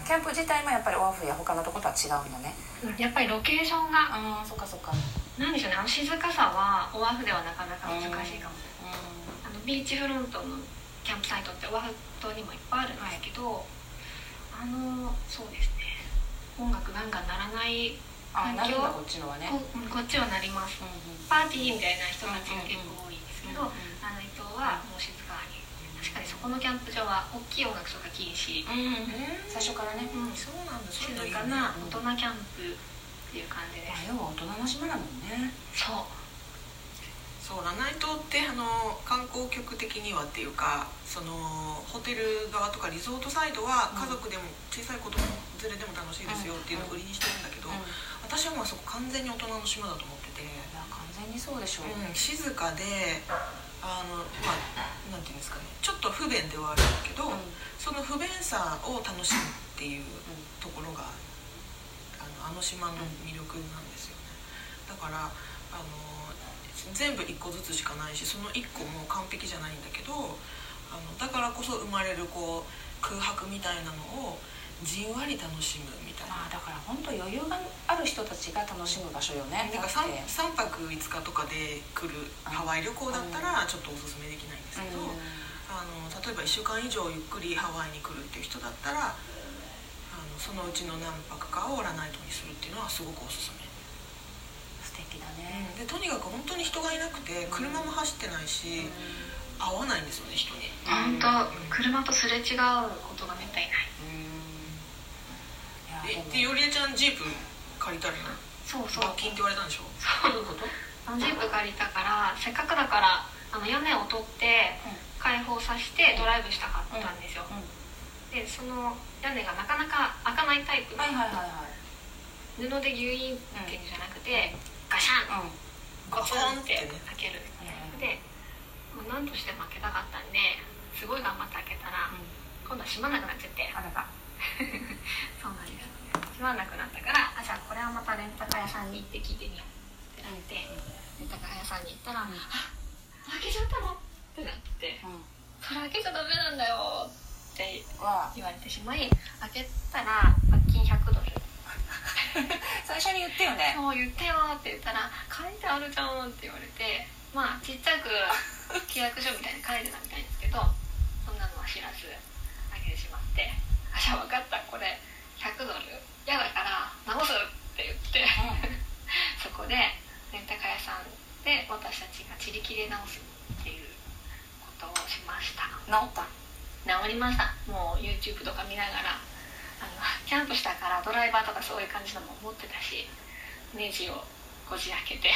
キャンプ自体もやっぱりオアフや他のとことは違うんだね。 やっぱりロケーションがそっかそっか。 なんでしょうね、静かさはオアフではなかなか難しいかもしれない。ビーチフロントのキャンプサイトってオアフ島にもいっぱいあるんですけど、そうですね、音楽ガンガン鳴らない環境、 こっちのはね、 こっちは鳴ります、パーティーみたいな人たちが結構多いんですけど、ラナイ島はもう静かに、確かにそこのキャンプ場は大きい音楽とか禁止、 最初からね、 そうなんだ、 静かな大人キャンプっていう感じです。 要は大人の島だもんね。 そう、ラナイ島って観光局的にはっていうか、そのホテル側とかリゾートサイドは家族でも小さい子供連れでも楽しいですよっていうのを売りにしてるんだけど、私はもうそこ完全に大人の島だと思ってて。 いや完全にそうでしょう、 静かでなんていうんですかね、ちょっと不便ではあるんだけど、その不便さを楽しむっていうところが島の魅力なんですよね。だから全部1個ずつしかないし、その1個も完璧じゃないんだけど、だからこそ生まれる空白みたいなのをじんわり楽しむみたいな。 だから本当余裕がある人たちが楽しむ場所よね。 だから 3泊5日とかで来るハワイ旅行だったらちょっとおすすめできないんですけど、例えば1週間以上ゆっくりハワイに来るっていう人だったらそのうちの何泊かをラナイトにするっていうのはすごくおすすめ。 素敵だね。 でとにかく本当に人がいなくて車も走ってないし、会わないんですよね、人に。 本当、車とすれ違うことがめったにない。 でよりえちゃんジープ借りたらそう罰金って言われたんでしょ。 どういうこと？ ジープ借りたから、せっかくだから屋根を取って開放させてドライブしたかったんですよ。でその屋根がなかなか開かないタイプの、布でギュインっていうんじゃなくて、ガシャン、ゴツンって開けるで、もう何としても開けたかったんで、すごい頑張って開けたら、今度は閉まんなくなっちゃって。そうなんです。閉まんなくなったから、じゃあこれはまたレンタカー屋さんに行って聞いてみようってなって、レンタカー屋さんに行ったら、開けちゃったのってなって、それ開けちゃダメなんだよって言われてしまい、開けたら罰金100ドル。 最初に言ってよね。 そう言ってよって言ったら、書いてあるじゃんって言われて、ちっちゃく契約書みたいに書いてたみたいですけど、そんなのは知らず開けてしまって、じゃあ分かった、これ100ドル嫌だから直すって言って、そこでレンタカー屋さんで私たちが自力で直すっていうことをしました。 直った？ 直りました。もう YouTube とか見ながら、キャンプしたからドライバーとかそういう感じのも持ってたし、ネジをこじ開けて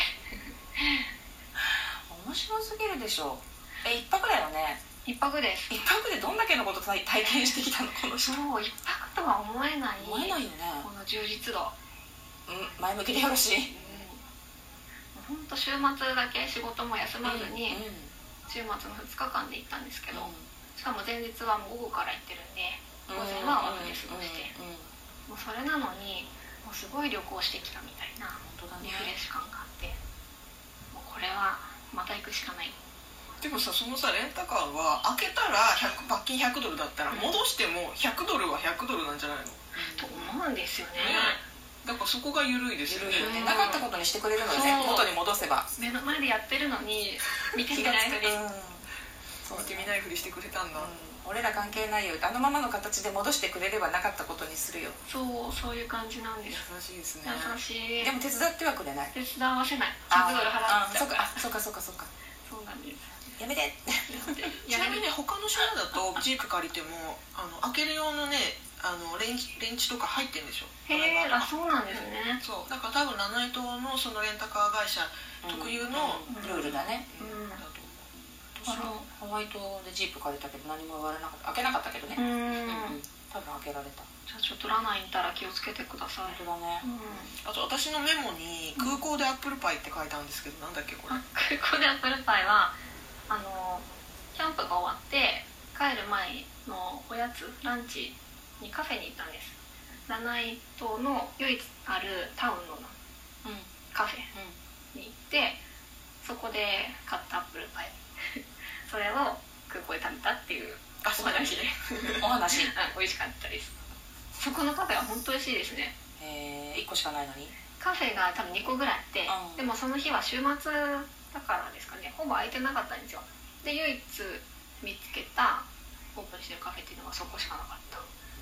面白すぎるでしょ。1泊だよね。 1泊です。 1泊でどんだけのこと体験してきたのこの人。 そう、1泊とは思えない。 思えないよね。 この充実度。 前向きでよろしい。 ほんと週末だけ仕事も休まずに、週末の2日間で行ったんですけど、しかも前日はもう午後から行ってるんで、午前はオフで過ごして、もうそれなのにもうすごい旅行してきたみたいなリフレッシュ感があって、もうこれはまた行くしかない。 でもさ、そのさレンタカーは開けたら罰金100ドルだったら、戻しても100ドルは100ドルなんじゃないの？ と思うんですよね。 だからそこが緩いですよね。 なかったことにしてくれるのね、元に戻せば。 目の前でやってるのに見てみないふり、 見てみないふりしてくれたんだ。 俺ら関係ないよ、あのままの形で戻してくれればなかったことにするよ。 そういう感じなんです。 優しいですね。 優しい。 でも手伝ってはくれない。 手伝わせない。100ドル払って。 そうか。 そうなんです。 やめてちなみにね、他の島だとジープ借りても開ける用のねレンチとか入ってるんでしょ。 へえ、そうなんですね。 そうだから多分ラナイ島のそのレンタカー会社特有のルールだね。 だと思う。 ハワイ島でジープ借りたけど何も言われなかった。開けなかったけどね。多分開けられた。 じゃあちょっとラナイにいたら気をつけてください。 本当だね。 あと私のメモに空港でアップルパイって書いたんですけど、なんだっけこれ。 空港でアップルパイはキャンプが終わって帰る前のおやつランチにカフェに行ったんです。ラナイ島の唯一あるタウンのカフェに行って、そこで買ったアップルパイそれを空港で食べたっていうお話でお話美味しかったです。 そこのカフェは本当美味しいですね。 1個しかないのに。 カフェが多分2個ぐらいあって、でもその日は週末だからですかね、ほぼ空いてなかったんですよ。で唯一見つけたオープンしてるカフェっていうのがそこしかなかった。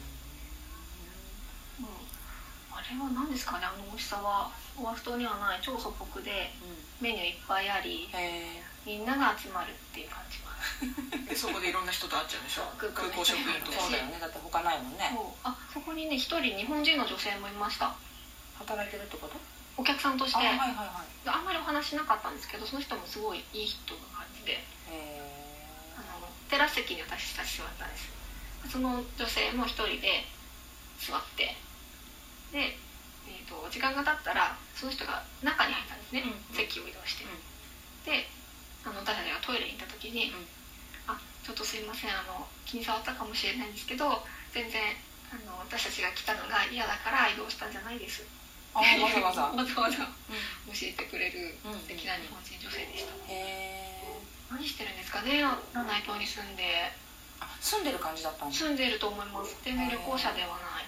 あれは何ですかね、あの美味しさは。オアフ島にはない超素朴で、メニューいっぱいあり、みんなが集まるっていう感じはでそこでいろんな人と会っちゃうんでしょ。空港職員とか。 そうだよね、だって他ないもんね。 そこにね、一人日本人の女性もいました。 働いてるってこと？ お客さんとして。 あんまりお話しなかったんですけど、その人もすごいいい人な感じで、テラス席に私たち座ったんです。その女性も一人で座って、で、時間が経ったらその人が中に入ったんですね、席を移動して。で、私たちがトイレに行った時に「ちょっとすいません、気に障ったかもしれないんですけど、全然私たちが来たのが嫌だから移動したんじゃないです」 わざわざわざわざ教えてくれる素敵な日本人女性でした。何してるんですかね、ラナイ島に住んで。 住んでる感じだったんですか？ 住んでると思います。全然旅行者ではない。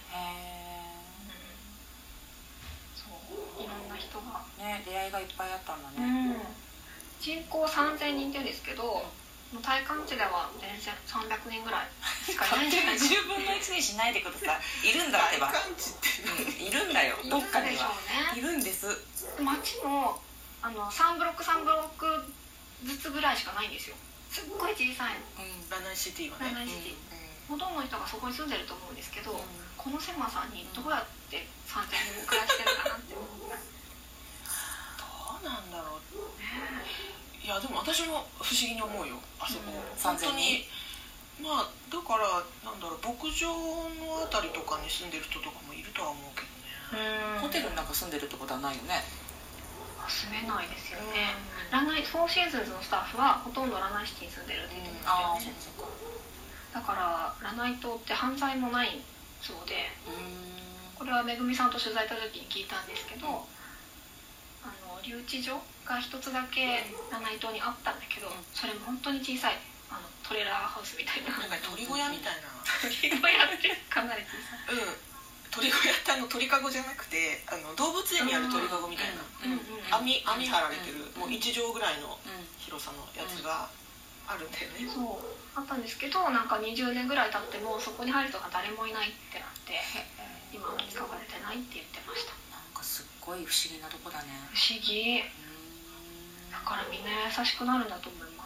そういろんな人がね、出会いがいっぱいあったんだね。 人口3000人って言うんですけど、体感値では全然300人ぐらいしかいないんじゃないかな。 10分の1にしないでください。いるんだってば。 体感値っているんだよ。どっかには。 いるんです。 街も3ブロック3ブロックずつぐらいしかないんですよ。すっごい小さいの。 ラナイシティはね。 ラナイシティ。ほとんどの人がそこに住んでると思うんですけど、この狭さにどうやって3000人も暮らしてるかなって思うぐらい。 どうなんだろう。いやでも私も不思議に思うよ、あそこ。本当にまあだからなんだろう、牧場のあたりとかに住んでる人とかもいるとは思うけどね。 ホテルの中住んでるってことはないよね。 住めないですよね。ラナイフォーシーズンズのスタッフはほとんどラナイシティに住んでるって言ってましたよね。だからラナイ島って犯罪もないそうで、これはめぐみさんと取材した時に聞いたんですけど、留置所が一つだけラナイ島にあったんだけど、それも本当に小さいトレーラーハウスみたいな。 なんか鳥小屋みたいな。 鳥小屋ってかなり小さい。 鳥小屋って鳥かごじゃなくて動物園にある鳥かごみたいな、網張られてる、もう1畳ぐらいの広さのやつがあるんだよね。 そうあったんですけど、なんか20年ぐらい経ってもそこに入る人が誰もいないってなって、今は使われてないって言ってました。 なんかすっごい不思議なとこだね。 不思議。だからみんな優しくなるんだと思います。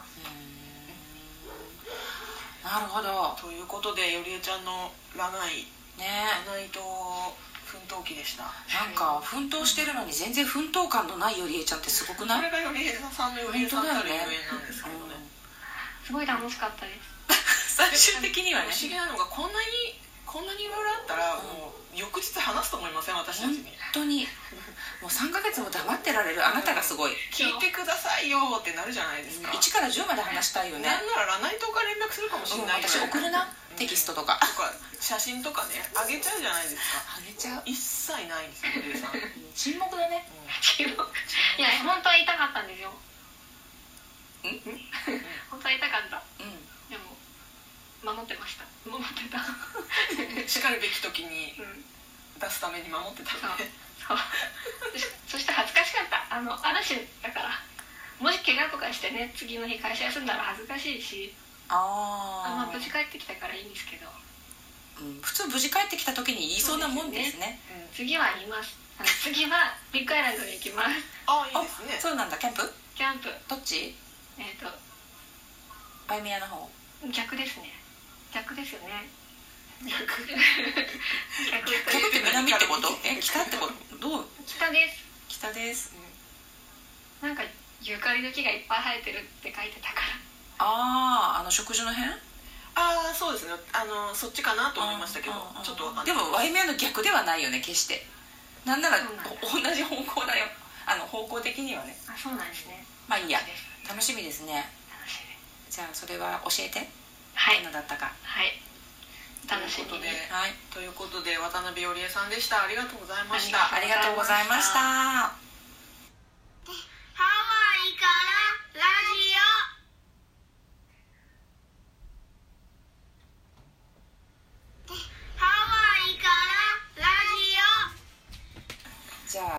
なるほど。 ということでよりえちゃんのラナイ島奮闘記でした。 なんか奮闘してるのに全然奮闘感のないよりえちゃんってすごくない？ これがよりえさんのよりえさんたるゆえんなんですけどね。 すごい楽しかったです。 最終的にはね。 不思議なのがこんなにいろいろあったらもう翌日話すと思いません？私たちに。 本当にもう3ヶ月も黙ってられるあなたがすごい。 聞いてくださいよってなるじゃないですか。 1から10まで話したいよね。 なんならラナイ島から連絡するかもしれない。 私送るな、テキストとか写真とかねあげちゃうじゃないですか。 あげちゃう。 一切ないんですよ、リエさん。 沈黙だね。 沈黙。いや本当は言いたかったんですよ。本当は言いたかった。でも守ってました。守ってた。 しかるべき時に出すために守ってたんで。 そうそして恥ずかしかった。嵐だから、もし怪我とかしてね次の日会社休んだら恥ずかしいし、無事帰ってきたからいいんですけど、 普通無事帰ってきた時に言いそうなもんですね。 次は言います。次はビッグアイランドに行きます。 いいですね。 そうなんだ。キャンプどっち？バイメアの方。逆ですね。逆ですよね。 逆って南ってこと？北ってこと？どう？ 北です。 北です。 なんかユーカリの木がいっぱい生えてるって書いてたから。 植樹の辺？ そうですね。そっちかなと思いましたけど、ちょっとわかんない。 でもワイメアの逆ではないよね、決して。なんなら同じ方向だよ。方向的にはね。 そうなんですね。 まあいいや。楽しみですね。 楽しみ。 じゃあそれは教えて。 はい。 どんなだったか。 はい。楽しみで。 ということで渡辺よりえさんでした。ありがとうございました。 ありがとうございました。